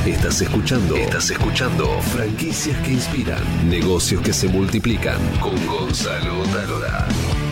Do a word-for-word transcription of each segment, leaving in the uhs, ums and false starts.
Estás escuchando, estás escuchando Franquicias que Inspiran, Negocios que se Multiplican, con Gonzalo Talora.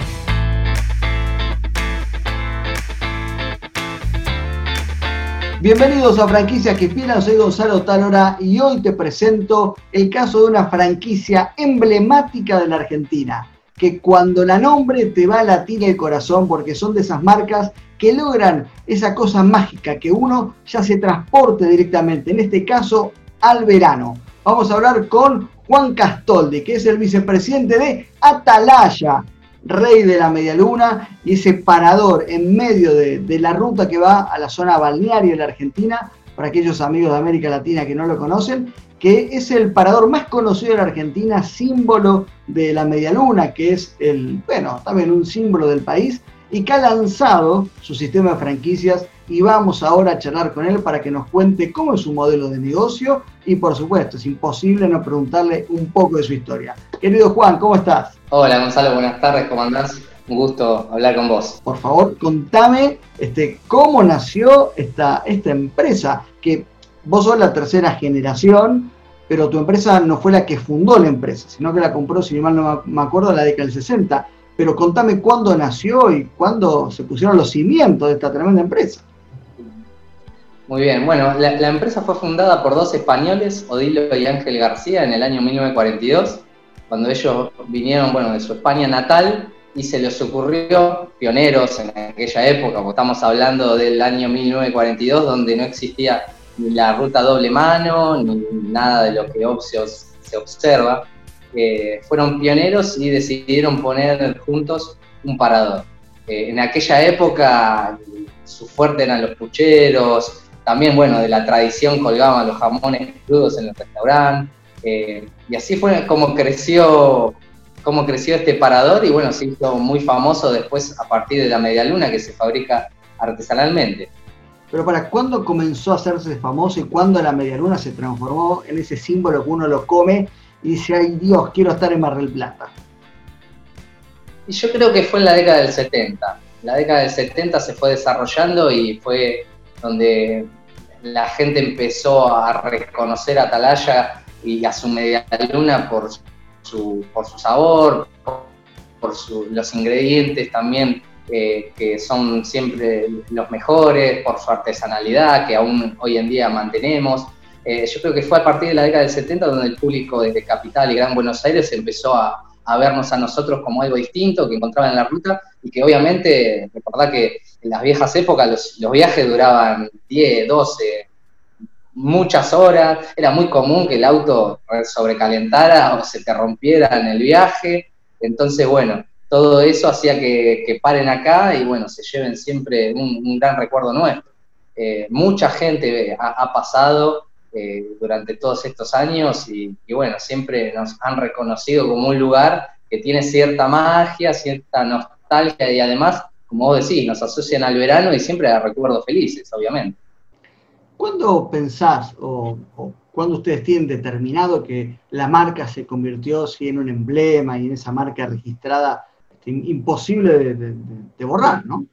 Bienvenidos a Franquicias que Inspiran, soy Gonzalo Talora y hoy te presento el caso de una franquicia emblemática de la Argentina, que cuando la nombre te va a latir el corazón porque son de esas marcas que logran esa cosa mágica que uno ya se transporte directamente, en este caso al verano. Vamos a hablar con Juan Castoldi, que es el vicepresidente de Atalaya, rey de la medialuna y ese parador en medio de, de la ruta que va a la zona balnearia de la Argentina, para aquellos amigos de América Latina que no lo conocen, que es el parador más conocido de la Argentina, símbolo de la medialuna, que es el, bueno, también un símbolo del país, y que ha lanzado su sistema de franquicias, y vamos ahora a charlar con él para que nos cuente cómo es su modelo de negocio, y por supuesto, es imposible no preguntarle un poco de su historia. Querido Juan, ¿cómo estás? Hola Gonzalo, buenas tardes, ¿cómo andás? Un gusto hablar con vos. Por favor, contame este, cómo nació esta, esta empresa, que vos sos la tercera generación, pero tu empresa no fue la que fundó la empresa, sino que la compró, si mal no me acuerdo, en la década del sesenta. Pero contame cuándo nació y cuándo se pusieron los cimientos de esta tremenda empresa. Muy bien, bueno, la, la empresa fue fundada por dos españoles, Odilo y Ángel García, en el año mil novecientos cuarenta y dos, cuando ellos vinieron, bueno, de su España natal, y se les ocurrió, pioneros en aquella época, porque estamos hablando del año mil novecientos cuarenta y dos, donde no existía ni la ruta doble mano, ni nada de lo que hoy se observa. Eh, fueron pioneros y decidieron poner juntos un parador. Eh, en aquella época su fuerte eran los pucheros, también, bueno, de la tradición colgaban los jamones crudos en los restaurantes, eh, y así fue como creció, como creció este parador, y bueno, se hizo muy famoso después a partir de la medialuna que se fabrica artesanalmente. Pero ¿para cuándo comenzó a hacerse famoso y cuándo la medialuna se transformó en ese símbolo que uno lo come y dice, ay Dios, quiero estar en Mar del Plata? Y yo creo que fue en la década del setenta. La década del setenta se fue desarrollando y fue donde la gente empezó a reconocer a Atalaya y a su medialuna por su, por su sabor, por, por su, los ingredientes también eh, que son siempre los mejores, por su artesanalidad que aún hoy en día mantenemos. Eh, yo creo que fue a partir de la década del setenta donde el público desde Capital y Gran Buenos Aires empezó a, a vernos a nosotros como algo distinto, que encontraban en la ruta, y que obviamente, recordá que en las viejas épocas los, los viajes duraban diez, doce, muchas horas, era muy común que el auto sobrecalentara o se te rompiera en el viaje, entonces bueno, todo eso hacía que, que paren acá y bueno, se lleven siempre un, un gran recuerdo nuestro. Eh, mucha gente ha, ha pasado Eh, durante todos estos años y, y bueno, siempre nos han reconocido como un lugar que tiene cierta magia, cierta nostalgia y además, como vos decís, nos asocian al verano y siempre a recuerdos felices, obviamente. ¿Cuándo pensás o, o cuándo ustedes tienen determinado que la marca se convirtió sí, en un emblema y en esa marca registrada este, imposible de, de, de borrar, ¿no?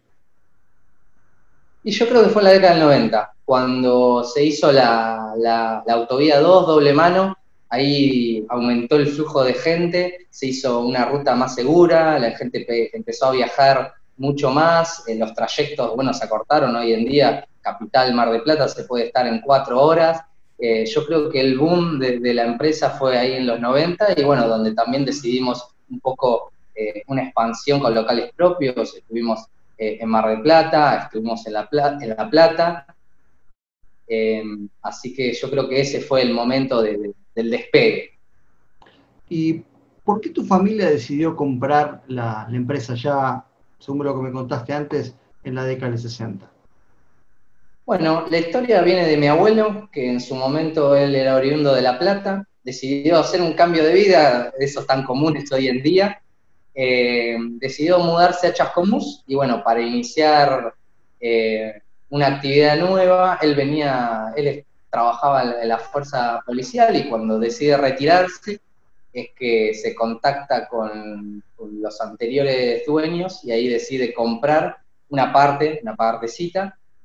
Y yo creo que fue en la década del noventa, cuando se hizo la, la, la autovía dos, doble mano, ahí aumentó el flujo de gente, se hizo una ruta más segura, la gente pe- empezó a viajar mucho más, eh, los trayectos, bueno, se acortaron hoy en día, Capital, Mar del Plata, se puede estar en cuatro horas. Eh, yo creo que el boom de, de la empresa fue ahí en los noventa, y bueno, donde también decidimos un poco eh, una expansión con locales propios, estuvimos Eh, en Mar del Plata, estuvimos en La Plata, en La Plata eh, así que yo creo que ese fue el momento de, de, del despegue. ¿Y por qué tu familia decidió comprar la, la empresa ya, según lo que me contaste antes, en la década del sesenta? Bueno, la historia viene de mi abuelo, que en su momento él era oriundo de La Plata, decidió hacer un cambio de vida, esos tan comunes hoy en día. Eh, decidió mudarse a Chascomús y bueno, para iniciar eh, una actividad nueva, él venía, él trabajaba en la fuerza policial y cuando decide retirarse es que se contacta con, con los anteriores dueños y ahí decide comprar una parte, una partecita,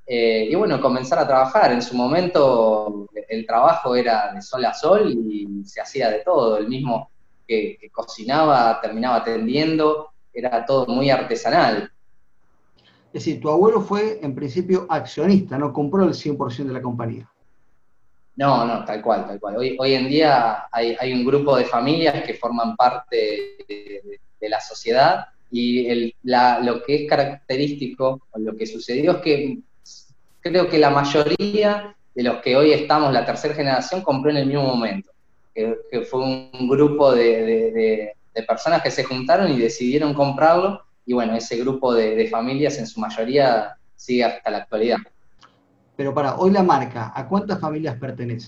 Eh, y bueno, comenzar a trabajar. En su momento el trabajo era de sol a sol y se hacía de todo. El mismo que, que cocinaba terminaba atendiendo, era todo muy artesanal. Es decir, tu abuelo fue en principio accionista, no compró el cien por ciento de la compañía. No, no, tal cual, tal cual. Hoy, hoy en día hay, hay un grupo de familias que forman parte de, de la sociedad y el, la, lo que es característico, o lo que sucedió es que creo que la mayoría de los que hoy estamos, la tercera generación, compró en el mismo momento. Que, que fue un grupo de, de, de, de personas que se juntaron y decidieron comprarlo, y bueno, ese grupo de, de familias en su mayoría sigue hasta la actualidad. Pero para, hoy la marca, ¿a cuántas familias pertenece?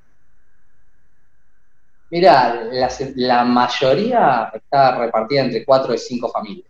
Mira, la, la mayoría está repartida entre cuatro y cinco familias.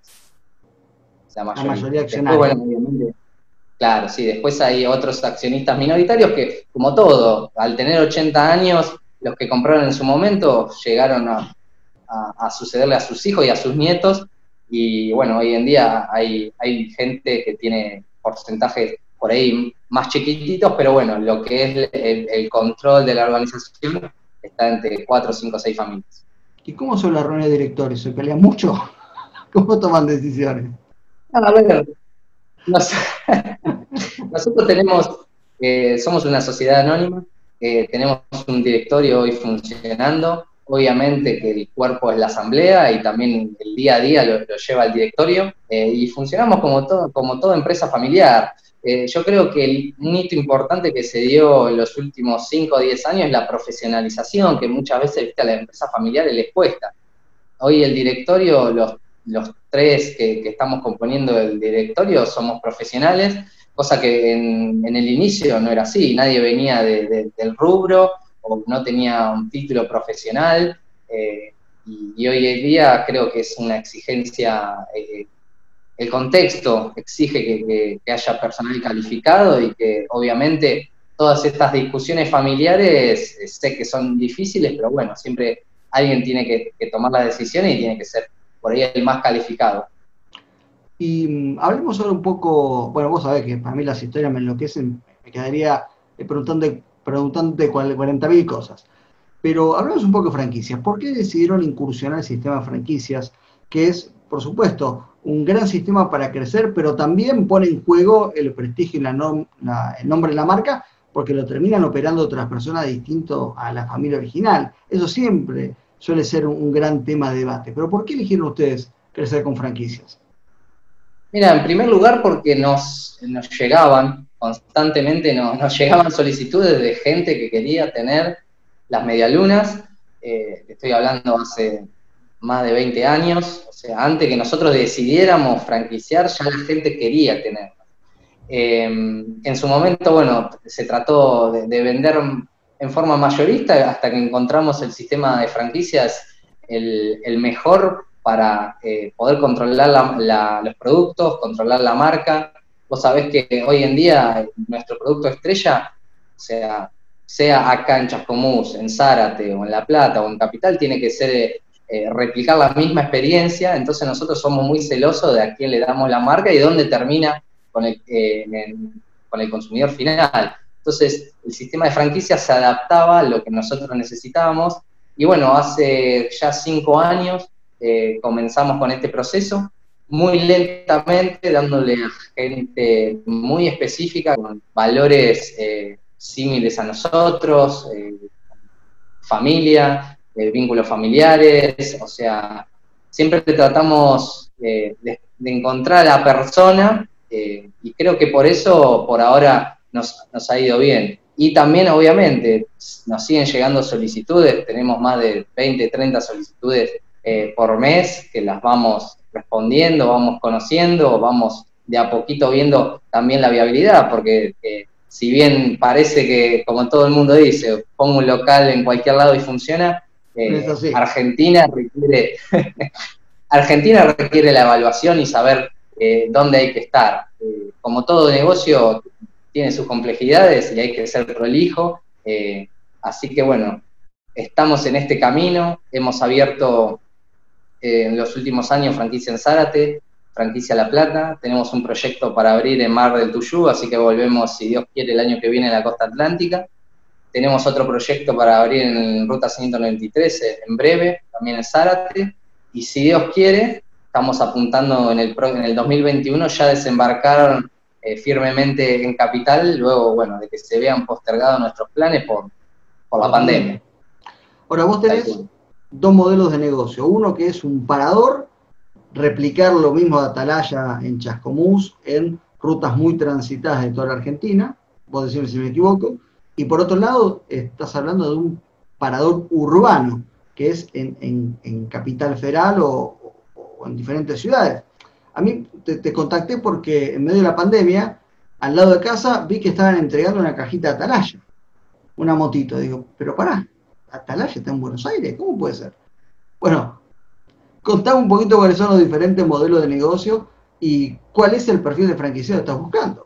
La mayoría, la mayoría después, bueno, obviamente, claro, sí, después hay otros accionistas minoritarios que, como todo, al tener ochenta años, los que compraron en su momento llegaron a, a, a sucederle a sus hijos y a sus nietos, y bueno, hoy en día hay, hay gente que tiene porcentajes por ahí más chiquititos, pero bueno, lo que es el, el control de la organización está entre cuatro, cinco, seis familias. ¿Y cómo son las reuniones de directores? ¿Se pelean mucho? ¿Cómo toman decisiones? A ver, nos, nosotros tenemos, eh, somos una sociedad anónima, eh, tenemos un directorio hoy funcionando, obviamente que el cuerpo es la asamblea y también el día a día lo, lo lleva el directorio, eh, y funcionamos como, todo, como toda empresa familiar. Eh, yo creo que el, un hito importante que se dio en los últimos cinco o diez años es la profesionalización, que muchas veces, ¿viste?, a las empresas familiares les cuesta. Hoy el directorio, los, los tres que, que estamos componiendo el directorio somos profesionales, cosa que en, en el inicio no era así, nadie venía de, de, del rubro o no tenía un título profesional, eh, y, y hoy en día creo que es una exigencia. Eh, el contexto exige que, que, que haya personal calificado y que obviamente todas estas discusiones familiares eh, sé que son difíciles, pero bueno, siempre alguien tiene que, que tomar las decisiones y tiene que ser por ahí el más calificado. Y um, hablemos ahora un poco, bueno, vos sabés que para mí las historias me enloquecen, me quedaría preguntándote, preguntándote cuarenta mil cosas. Pero hablemos un poco de franquicias. ¿Por qué decidieron incursionar el sistema de franquicias, que es, por supuesto, un gran sistema para crecer, pero también pone en juego el prestigio y la nom la, el nombre de la marca, porque lo terminan operando otras personas distinto a la familia original? Eso siempre suele ser un, un gran tema de debate. Pero ¿por qué eligieron ustedes crecer con franquicias? Mira, en primer lugar porque nos, nos llegaban, constantemente nos, nos llegaban solicitudes de gente que quería tener las medialunas, eh, estoy hablando hace más de veinte años, o sea, antes que nosotros decidiéramos franquiciar, ya la gente quería tenerlas. Eh, en su momento, bueno, se trató de, de vender en forma mayorista hasta que encontramos el sistema de franquicias el, el mejor para eh, poder controlar la, la, los productos, controlar la marca. Vos sabés que hoy en día nuestro producto estrella, o sea, sea acá en Chascomús, en Zárate, o en La Plata, o en Capital, tiene que ser eh, replicar la misma experiencia. Entonces nosotros somos muy celosos de a quién le damos la marca y dónde termina con el, eh, en, con el consumidor final. Entonces el sistema de franquicias se adaptaba a lo que nosotros necesitábamos, y bueno, hace ya cinco años eh, comenzamos con este proceso, muy lentamente, dándole a gente muy específica, con valores eh, similares a nosotros, eh, familia, eh, vínculos familiares, o sea, siempre tratamos eh, de, de encontrar a la persona, eh, y creo que por eso, por ahora, nos, nos ha ido bien. Y también, obviamente, nos siguen llegando solicitudes, tenemos más de veinte, treinta solicitudes eh, por mes, que las vamos respondiendo, vamos conociendo, vamos de a poquito viendo también la viabilidad, porque eh, si bien parece que, como todo el mundo dice, pongo un local en cualquier lado y funciona, eh, sí. Argentina requiere Argentina requiere la evaluación y saber eh, dónde hay que estar. Eh, como todo negocio, tiene sus complejidades y hay que ser prolijo, eh, así que bueno, estamos en este camino, hemos abierto eh, en los últimos años franquicia en Zárate, franquicia La Plata, tenemos un proyecto para abrir en Mar del Tuyú, así que volvemos, si Dios quiere, el año que viene a la costa atlántica. Tenemos otro proyecto para abrir en Ruta ciento noventa y tres en breve, también en Zárate, y si Dios quiere, estamos apuntando en el, en el dos mil veintiuno ya desembarcar eh, firmemente en Capital, luego, bueno, de que se vean postergados nuestros planes por, por la pandemia. Ahora, vos tenés dos modelos de negocio, uno que es un parador, replicar lo mismo de Atalaya en Chascomús, en rutas muy transitadas de toda la Argentina, vos decime si me equivoco, y por otro lado, estás hablando de un parador urbano, que es en, en, en Capital Federal o, o en diferentes ciudades. A mí te, te contacté porque en medio de la pandemia, al lado de casa, vi que estaban entregando una cajita de Atalaya, una motito. Digo, pero pará, Atalaya está en Buenos Aires, ¿cómo puede ser? Bueno, contame un poquito cuáles son los diferentes modelos de negocio y cuál es el perfil de franquiciado que estás buscando.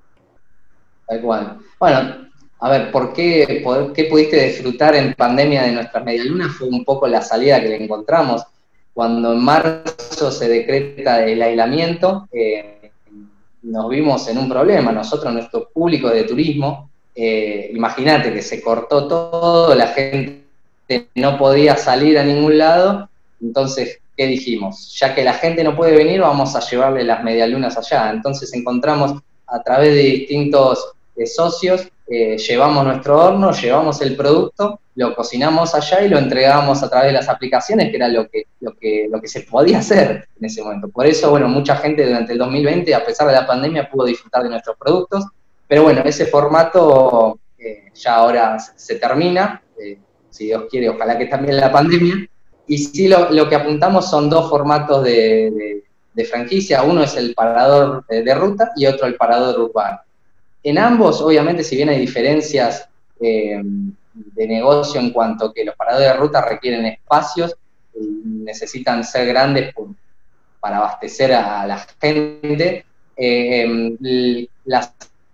Tal cual. Bueno, a ver, ¿por qué, por qué pudiste disfrutar en pandemia de nuestras medialunas? Fue un poco la salida que le encontramos. Cuando en marzo se decreta el aislamiento, eh, nos vimos en un problema. Nosotros, nuestro público de turismo, eh, imagínate que se cortó todo, la gente no podía salir a ningún lado, entonces, ¿qué dijimos? Ya que la gente no puede venir, vamos a llevarle las medialunas allá. Entonces encontramos a través de distintos eh, socios, eh, llevamos nuestro horno, llevamos el producto, lo cocinamos allá y lo entregamos a través de las aplicaciones, que era lo que, lo que, lo que se podía hacer en ese momento. Por eso, bueno, mucha gente durante el dos mil veinte, a pesar de la pandemia, pudo disfrutar de nuestros productos. Pero bueno, ese formato eh, ya ahora se termina, eh, si Dios quiere, ojalá que también la pandemia. Y sí, lo, lo que apuntamos son dos formatos de, de, de franquicia. Uno es el parador de, de ruta y otro el parador urbano. En ambos, obviamente, si bien hay diferencias eh, de negocio en cuanto que los paradores de ruta requieren espacios, necesitan ser grandes por, para abastecer a la gente, eh, la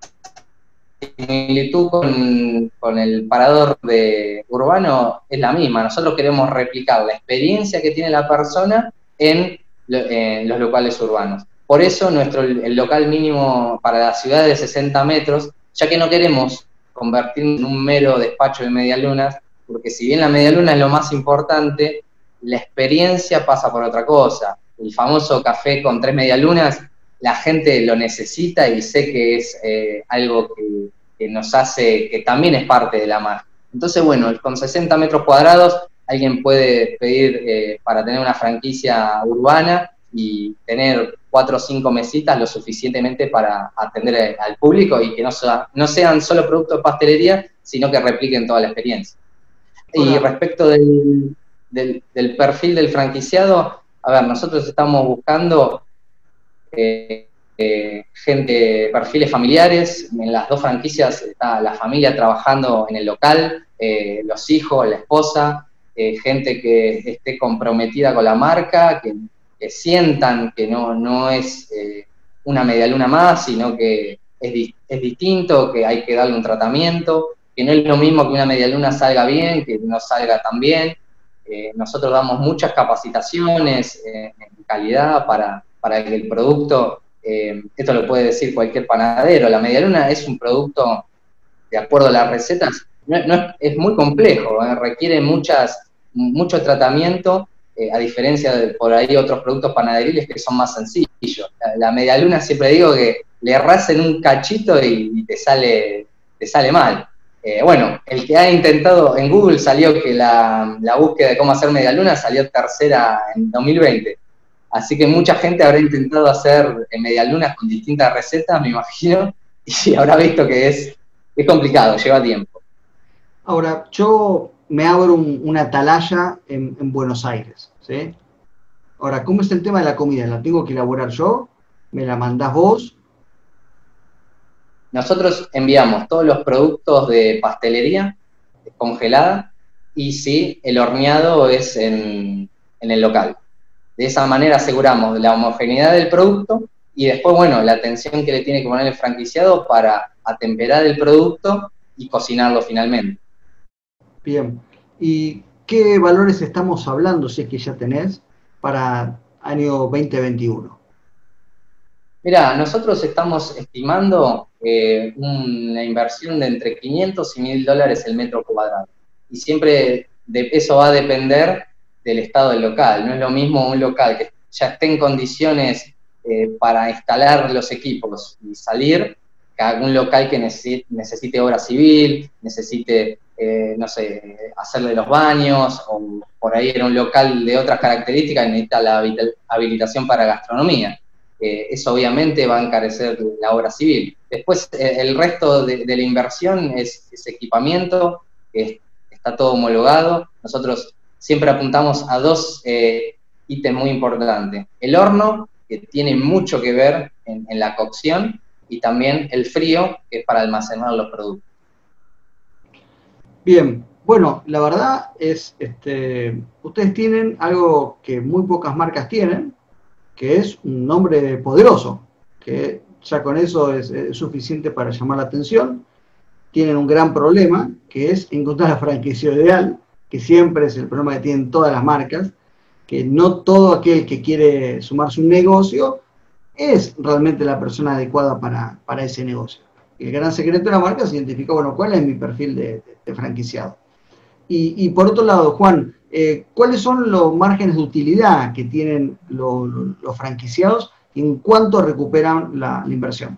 similitud con, con el parador de urbano es la misma. Nosotros queremos replicar la experiencia que tiene la persona en, en los locales urbanos. Por eso nuestro el local mínimo para la ciudad es de sesenta metros, ya que no queremos convertirnos en un mero despacho de medialunas, porque si bien la medialuna es lo más importante, la experiencia pasa por otra cosa. El famoso café con tres medialunas, la gente lo necesita y sé que es eh, algo que, que nos hace, que también es parte de la magia. Entonces, bueno, con sesenta metros cuadrados alguien puede pedir eh, para tener una franquicia urbana y tener cuatro o cinco mesitas lo suficientemente para atender al público y que no, sea, no sean solo productos de pastelería, sino que repliquen toda la experiencia. Hola. Y respecto del, del, del perfil del franquiciado, a ver, nosotros estamos buscando eh, eh, gente, perfiles familiares. En las dos franquicias está la familia trabajando en el local, eh, los hijos, la esposa, eh, gente que esté comprometida con la marca, que que sientan que no, no es eh, una medialuna más, sino que es, di es distinto, que hay que darle un tratamiento, que no es lo mismo que una medialuna salga bien, que no salga tan bien. Eh, nosotros damos muchas capacitaciones eh, en calidad para, para que el producto, eh, esto lo puede decir cualquier panadero, la medialuna es un producto, de acuerdo a las recetas, no, no es, es muy complejo, eh, requiere muchas, mucho tratamiento, Eh, a diferencia de por ahí otros productos panaderiles que son más sencillos. La, la medialuna siempre digo que le erras en un cachito y, y te sale te sale mal. Eh, bueno, el que ha intentado, en Google salió que la, la búsqueda de cómo hacer medialuna salió tercera en dos mil veinte. Así que mucha gente habrá intentado hacer medialunas con distintas recetas, me imagino, y habrá visto que es, es complicado, lleva tiempo. Ahora, yo me abro un, una atalaya en, en Buenos Aires, ¿sí? Ahora, ¿cómo es el tema de la comida? ¿La tengo que elaborar yo? ¿Me la mandás vos? Nosotros enviamos todos los productos de pastelería congelada y sí, el horneado es en, en el local. De esa manera aseguramos la homogeneidad del producto y después, bueno, la atención que le tiene que poner el franquiciado para atemperar el producto y cocinarlo finalmente. Bien. ¿Y qué valores estamos hablando, si es que ya tenés, para año veinte veintiuno? Mira, nosotros estamos estimando eh, una inversión de entre quinientos y mil dólares el metro cuadrado. Y siempre de, eso va a depender del estado del local. No es lo mismo un local que ya esté en condiciones eh, para instalar los equipos y salir, que algún local que necesite, necesite obra civil, necesite, eh, no sé, hacerle los baños, o por ahí era un local de otras características y necesita la habilitación para gastronomía. Eh, eso obviamente va a encarecer la obra civil. Después, eh, el resto de, de la inversión es, es equipamiento, es, está todo homologado. Nosotros siempre apuntamos a dos eh, ítems muy importantes. El horno, que tiene mucho que ver en, en la cocción, y también el frío, que es para almacenar los productos. Bien, bueno, la verdad es, este, ustedes tienen algo que muy pocas marcas tienen, que es un nombre poderoso, que ya con eso es, es suficiente para llamar la atención. Tienen un gran problema, que es encontrar la franquicia ideal, que siempre es el problema que tienen todas las marcas, que no todo aquel que quiere sumarse a un negocio es realmente la persona adecuada para, para ese negocio. El gran secreto de la marca es identificar, bueno, cuál es mi perfil de, de, de franquiciado. Y, y por otro lado, Juan, eh, ¿cuáles son los márgenes de utilidad que tienen lo, lo, los franquiciados y en cuánto recuperan la, la inversión?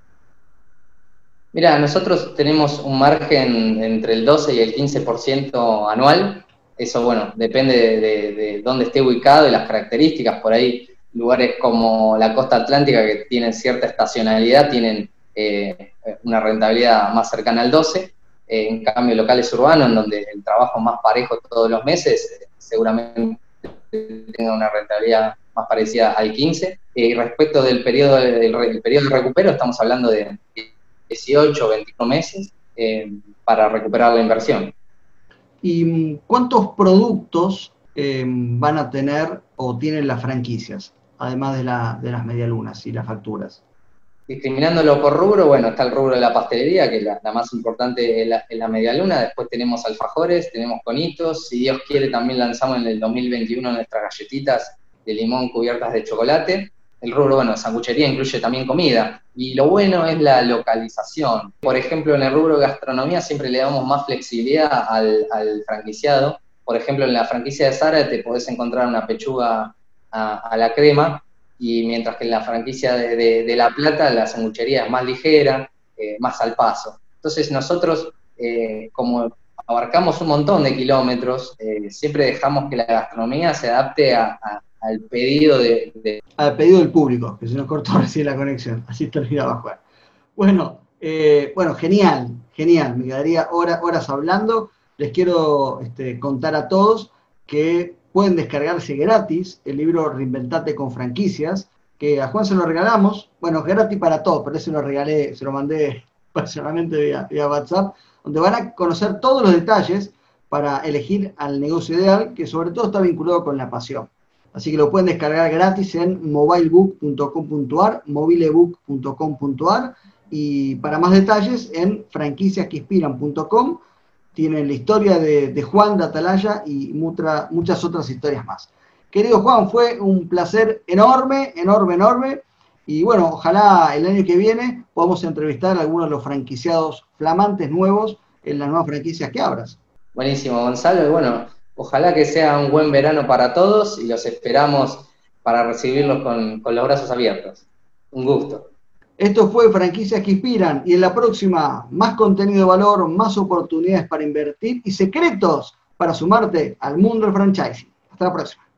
Mira, nosotros tenemos un margen entre el doce y el quince por ciento anual. Eso, bueno, depende de, de, de dónde esté ubicado y las características. Por ahí, lugares como la costa atlántica, que tienen cierta estacionalidad, tienen eh, una rentabilidad más cercana al doce. Eh, en cambio, locales urbanos, en donde el trabajo es más parejo todos los meses, eh, seguramente tenga una rentabilidad más parecida al quince. Eh, y respecto del periodo, del, del periodo de recupero, estamos hablando de dieciocho o veintiuno meses eh, para recuperar la inversión. ¿Y cuántos productos eh, van a tener o tienen las franquicias, además de, la, de las medialunas y las facturas? Discriminándolo por rubro, bueno, está el rubro de la pastelería, que la, la más importante es la, es la medialuna. Después tenemos alfajores, tenemos conitos. Si Dios quiere, también lanzamos en el dos mil veintiuno nuestras galletitas de limón cubiertas de chocolate. El rubro, bueno, sanguchería incluye también comida. Y lo bueno es la localización. Por ejemplo, en el rubro de gastronomía siempre le damos más flexibilidad al, al franquiciado. Por ejemplo, en la franquicia de Zara te podés encontrar una pechuga a, a la crema, y mientras que en la franquicia de, de, de La Plata la sanguchería es más ligera, eh, más al paso. Entonces nosotros, eh, como abarcamos un montón de kilómetros, eh, siempre dejamos que la gastronomía se adapte a, a, al pedido de, de... Al pedido del público, que se nos cortó recién la conexión, así terminaba Juan. Bueno, eh, bueno, genial, genial, me quedaría horas, horas hablando. Les quiero este, contar a todos que pueden descargarse gratis el libro Reinventate con Franquicias, que a Juan se lo regalamos. Bueno, es gratis para todos, pero ese lo regalé, se lo mandé personalmente vía, vía WhatsApp, donde van a conocer todos los detalles para elegir al negocio ideal, que sobre todo está vinculado con la pasión. Así que lo pueden descargar gratis en mobilebook punto com punto ar, mobilebook punto com punto ar, y para más detalles en franquicias que inspiran punto com. Tienen la historia de, de Juan de Atalaya y mutra, muchas otras historias más. Querido Juan, fue un placer enorme, enorme, enorme. Y bueno, ojalá el año que viene podamos entrevistar a algunos de los franquiciados flamantes nuevos en las nuevas franquicias que abras. Buenísimo, Gonzalo. Y bueno, ojalá que sea un buen verano para todos y los esperamos para recibirlos con, con los brazos abiertos. Un gusto. Esto fue Franquicias que Inspiran, y en la próxima, más contenido de valor, más oportunidades para invertir y secretos para sumarte al mundo del franchising. Hasta la próxima.